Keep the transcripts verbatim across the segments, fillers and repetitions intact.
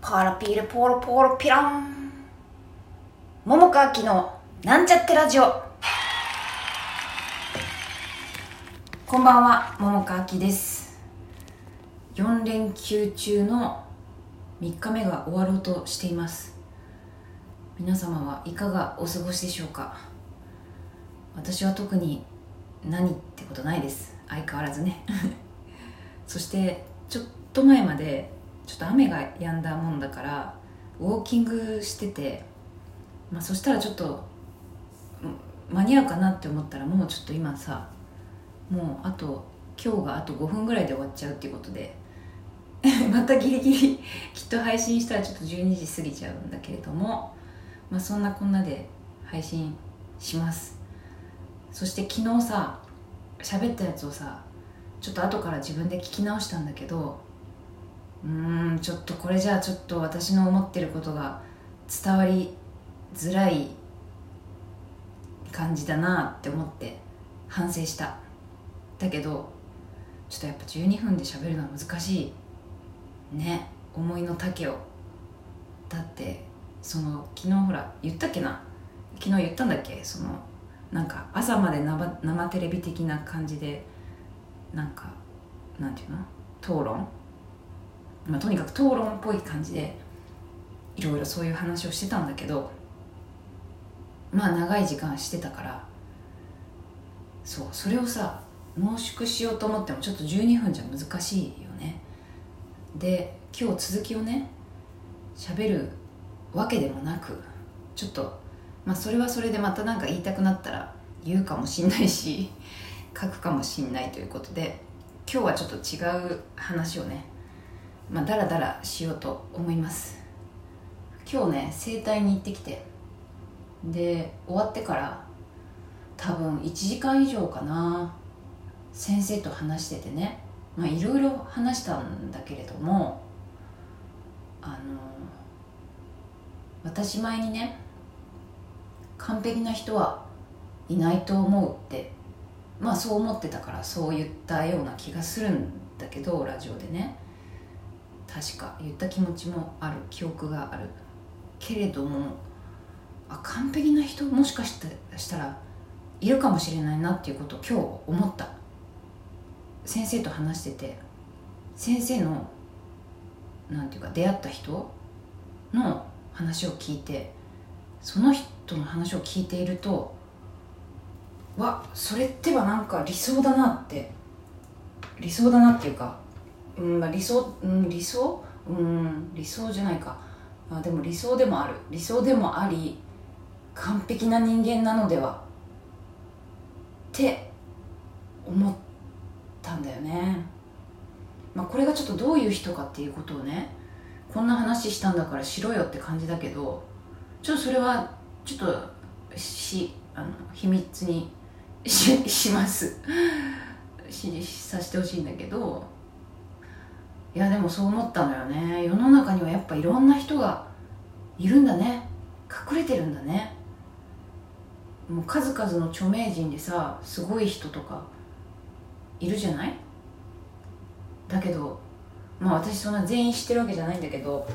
パラピールポーロポーロピラン。桃川きのなんちゃってラジオ。こんばんは、桃川きです。よん連休中のみっかめが終わろうとしています。皆様はいかがお過ごしでしょうか。私は特に何ってことないです、相変わらずねそしてちょっと前までちょっと雨が止んだもんだからウォーキングしてて、まあ、そしたらちょっと間に合うかなって思ったら、もうちょっと今さ、もうあと今日があとごふんぐらいで終わっちゃうっていうことでまたギリギリきっと配信したらちょっとじゅうにじ過ぎちゃうんだけれども、まあ、そんなこんなで配信します。そして昨日さ、喋ったやつをさ、ちょっと後から自分で聞き直したんだけど、うーんちょっとこれじゃあちょっと私の思ってることが伝わりづらい感じだなって思って反省した。だけどちょっとやっぱじゅうにふんで喋るのは難しいね、思いの丈を。だってその昨日ほら言ったっけな、昨日言ったんだっけ、そのなんか朝まで 生, 生テレビ的な感じで、なんかなんていうの、討論、まあ、とにかく討論っぽい感じでいろいろそういう話をしてたんだけど、まあ長い時間してたから、そうそれをさ濃縮しようと思ってもちょっとじゅうにふんじゃ難しいよね。で今日続きをね喋るわけでもなく、ちょっとまあそれはそれでまたなんか言いたくなったら言うかもしんないし書くかもしんないということで、今日はちょっと違う話をね、まあダラダラしようと思います。今日ね整体に行ってきて、で終わってから多分いちじかん以上かな、先生と話しててね、まあいろいろ話したんだけれども、あの私前にね、完璧な人はいないと思うって、まあそう思ってたからそう言ったような気がするんだけど、ラジオでね確か言った気持ちもある、記憶があるけれども、あ完璧な人もしかしたらいるかもしれないなっていうことを今日思った。先生と話してて、先生のなんていうか出会った人の話を聞いて、その人の話を聞いていると、わそれってはなんか理想だなって、理想だなっていうか、うんまあ、理想、うん、理想、うん、理想じゃないか、あでも理想でもある、理想でもあり完璧な人間なのではって思ったんだよね。まあこれがちょっとどういう人かっていうことをね、こんな話したんだからしろよって感じだけど、ちょっとそれはちょっとしあの秘密に し, しますしさせてほしいんだけど、いやでもそう思ったのよね。世の中にはやっぱいろんな人がいるんだね、隠れてるんだね。もう数々の著名人でさ、すごい人とかいるじゃない。だけどまあ私そんな全員知ってるわけじゃないんだけど、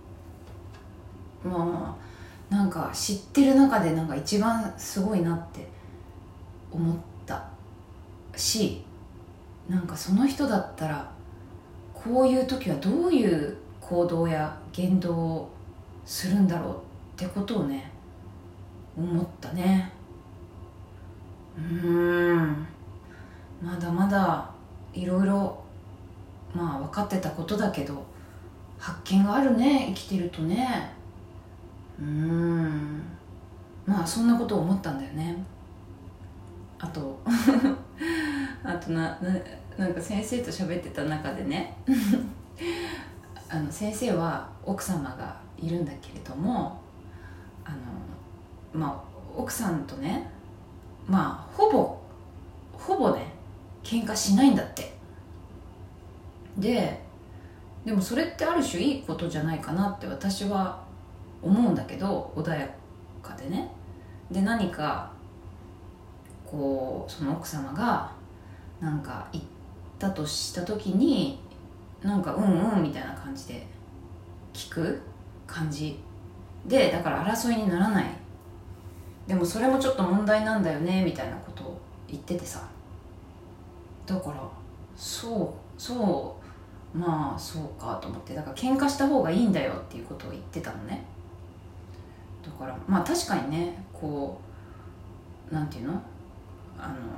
まあなんか知ってる中でなんか一番すごいなって思ったし、なんかその人だったらこういう時はどういう行動や言動をするんだろうってことをね思ったね。うーんまだまだいろいろまあ分かってたことだけど発見があるね、生きてるとね。うーんまあそんなことを思ったんだよね。あとあとなななんか先生と喋ってた中でねあの先生は奥様がいるんだけれども、あのまあ奥さんとね、まあほぼほぼね喧嘩しないんだって。ででもそれってある種いいことじゃないかなって私は思うんだけど、穏やかでね。で何かこうその奥様がなんか言ったとした時に、なんかうんうんみたいな感じで聞くく感じで、だから争いにならない。でもそれもちょっと問題なんだよねみたいなことを言っててさ、だからそうそうまあそうかと思って、だから喧嘩した方がいいんだよっていうことを言ってたのね。だからまあ確かにね、こうなんていうの、あの、うん、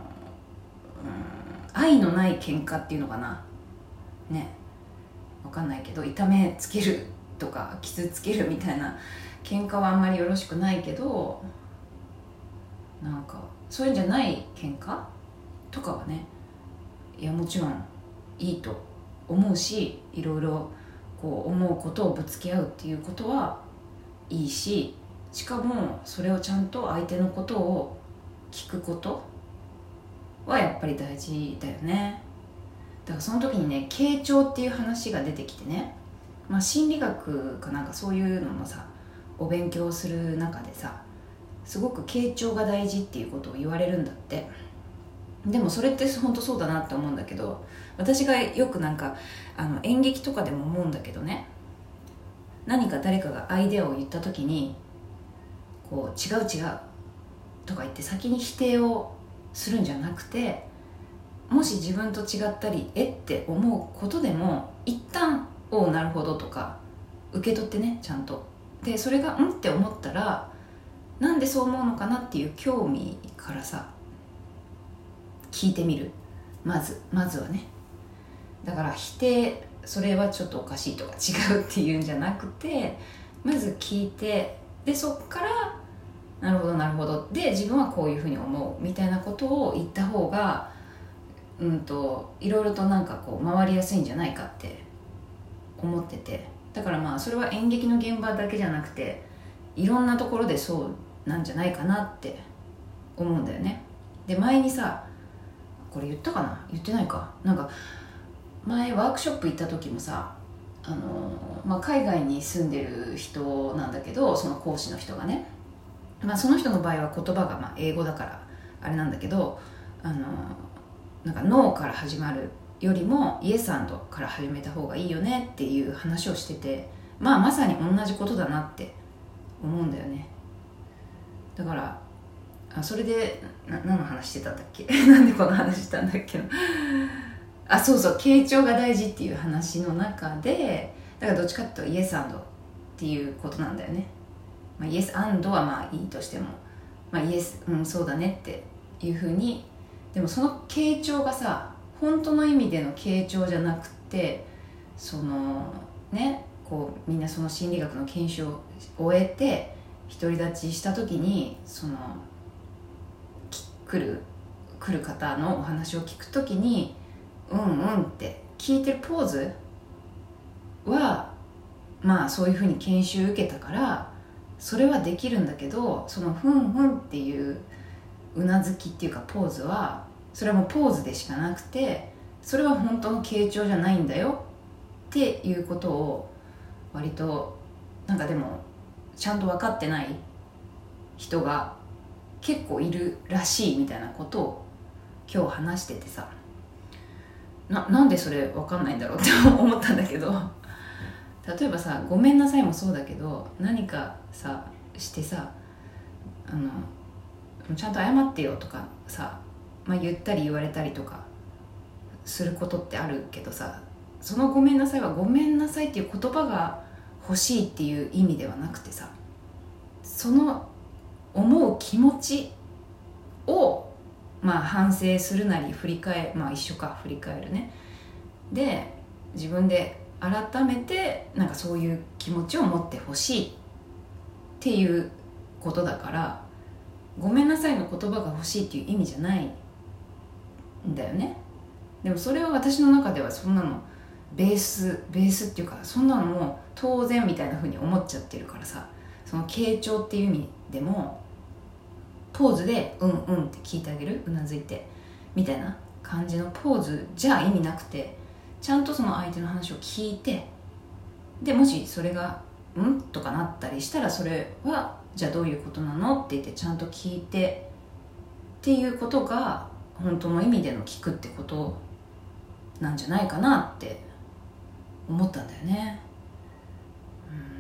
愛のない喧嘩っていうのかなね、わかんないけど、痛めつけるとか傷つけるみたいな喧嘩はあんまりよろしくないけど、なんかそういうんじゃない喧嘩とかはね、いやもちろんいいと思うし、いろいろこう思うことをぶつけ合うっていうことはいいし、しかもそれをちゃんと相手のことを聞くことはやっぱり大事だよね。だからその時にね、傾聴っていう話が出てきてね、まあ、心理学かなんかそういうののさお勉強する中でさ、すごく傾聴が大事っていうことを言われるんだって。でもそれって本当そうだなって思うんだけど、私がよくなんかあの演劇とかでも思うんだけどね、何か誰かがアイデアを言った時にこう違う違うとか言って先に否定をするんじゃなくて、もし自分と違ったりえって思うことでも一旦おうなるほどとか受け取ってね、ちゃんと。でそれがうんって思ったら、なんでそう思うのかなっていう興味からさ聞いてみる。まずまずはね。だから否定、それはちょっとおかしいとか違うっていうんじゃなくて、まず聞いて、でそっからなるほどなるほどで自分はこういうふうに思うみたいなことを言った方がうんといろいろとなんかこう回りやすいんじゃないかって思ってて、だからまあそれは演劇の現場だけじゃなくていろんなところでそうなんじゃないかなって思うんだよね。で前にさ、これ言ったかな言ってないか、なんか前ワークショップ行った時もさ、あの、まあ、海外に住んでる人なんだけど、その講師の人がね、まあ、その人の場合は言葉がまあ英語だからあれなんだけど、あのなんかノーから始まるよりもイエスアンドから始めた方がいいよねっていう話をしてて、まあまさに同じことだなって思うんだよね。だからあそれでな何の話してたんだっけなんでこの話したんだっけなあそうそう、傾聴が大事っていう話の中で、だからどっちかっていうとイエスアンドっていうことなんだよね。まあ、イエスアンドはまあいいとしても、まあ、イエス、うん、そうだねっていうふうに。でもその傾聴がさ、本当の意味での傾聴じゃなくて、そのね、こうみんなその心理学の研修を終えて独り立ちした時に、その来る来る方のお話を聞く時にうんうんって聞いてるポーズはまあそういうふうに研修受けたからそれはできるんだけど、そのふんふんっていううなずきっていうかポーズは、それはもうポーズでしかなくて、それは本当の傾聴じゃないんだよっていうことを割となんかでもちゃんと分かってない人が結構いるらしいみたいなことを今日話しててさ、な, なんでそれ分かんないんだろうって思ったんだけど、例えばさ、ごめんなさいもそうだけど、何かさしてさ、あのちゃんと謝ってよとかさ、まあ、言ったり言われたりとかすることってあるけどさ、そのごめんなさいはごめんなさいっていう言葉が欲しいっていう意味ではなくてさ、その思う気持ちをまあ反省するなり振り返まあ一緒か振り返るね、で自分で改めてなんかそういう気持ちを持ってほしいっていうことだから、ごめんなさいの言葉が欲しいっていう意味じゃないんだよね。でもそれは私の中ではそんなのベースベースっていうか、そんなのも当然みたいな風に思っちゃってるからさ、その傾聴っていう意味でもポーズでうんうんって聞いてあげる、うなずいてみたいな感じのポーズじゃ意味なくて、ちゃんとその相手の話を聞いて、でもしそれがうんとかなったりしたら、それはじゃあどういうことなのって言ってちゃんと聞いてっていうことが本当の意味での聞くってことなんじゃないかなって思ったんだよね。うん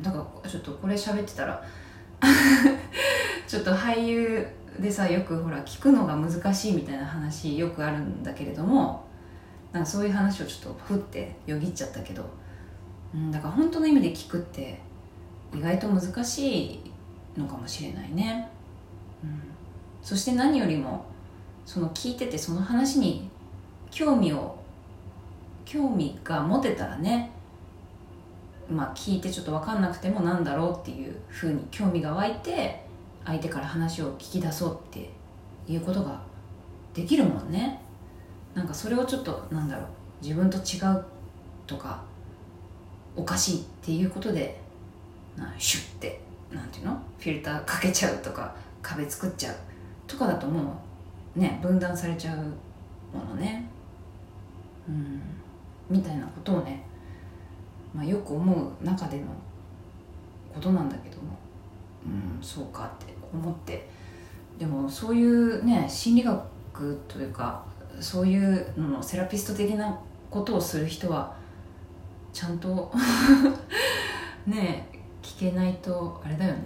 ちょっとこれ喋ってたらちょっと俳優でさ、よくほら聞くのが難しいみたいな話よくあるんだけれども、なんかそういう話をちょっとふってよぎっちゃったけど、うん、だから本当の意味で聞くって意外と難しいのかもしれないね、うん、そして何よりもその聞いててその話に興味を興味が持てたらね、まあ聞いてちょっと分かんなくてもなんだろうっていうふうに興味が湧いて相手から話を聞き出そうっていうことができるもんね。なんかそれをちょっとなんだろう、自分と違うとかおかしいっていうことでなシュッてなんていうのフィルターかけちゃうとか壁作っちゃうとかだともうね分断されちゃうものね、うんみたいなことをね、まあ、よく思う中でのことなんだけども、うんそうかって思って、でもそういうね心理学というかそういうののセラピスト的なことをする人はちゃんとね聞けないとあれだよね、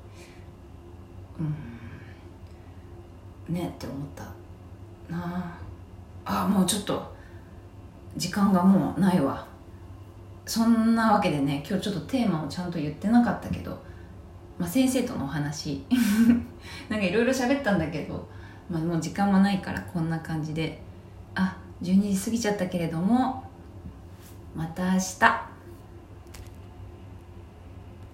うんねって思ったなあ。あもうちょっと時間がもうないわ。そんなわけでね、今日ちょっとテーマをちゃんと言ってなかったけど、まあ、先生とのお話なんかいろいろ喋ったんだけど、まあ、もう時間もないからこんな感じで、あじゅうにじ過ぎちゃったけれども、また明日。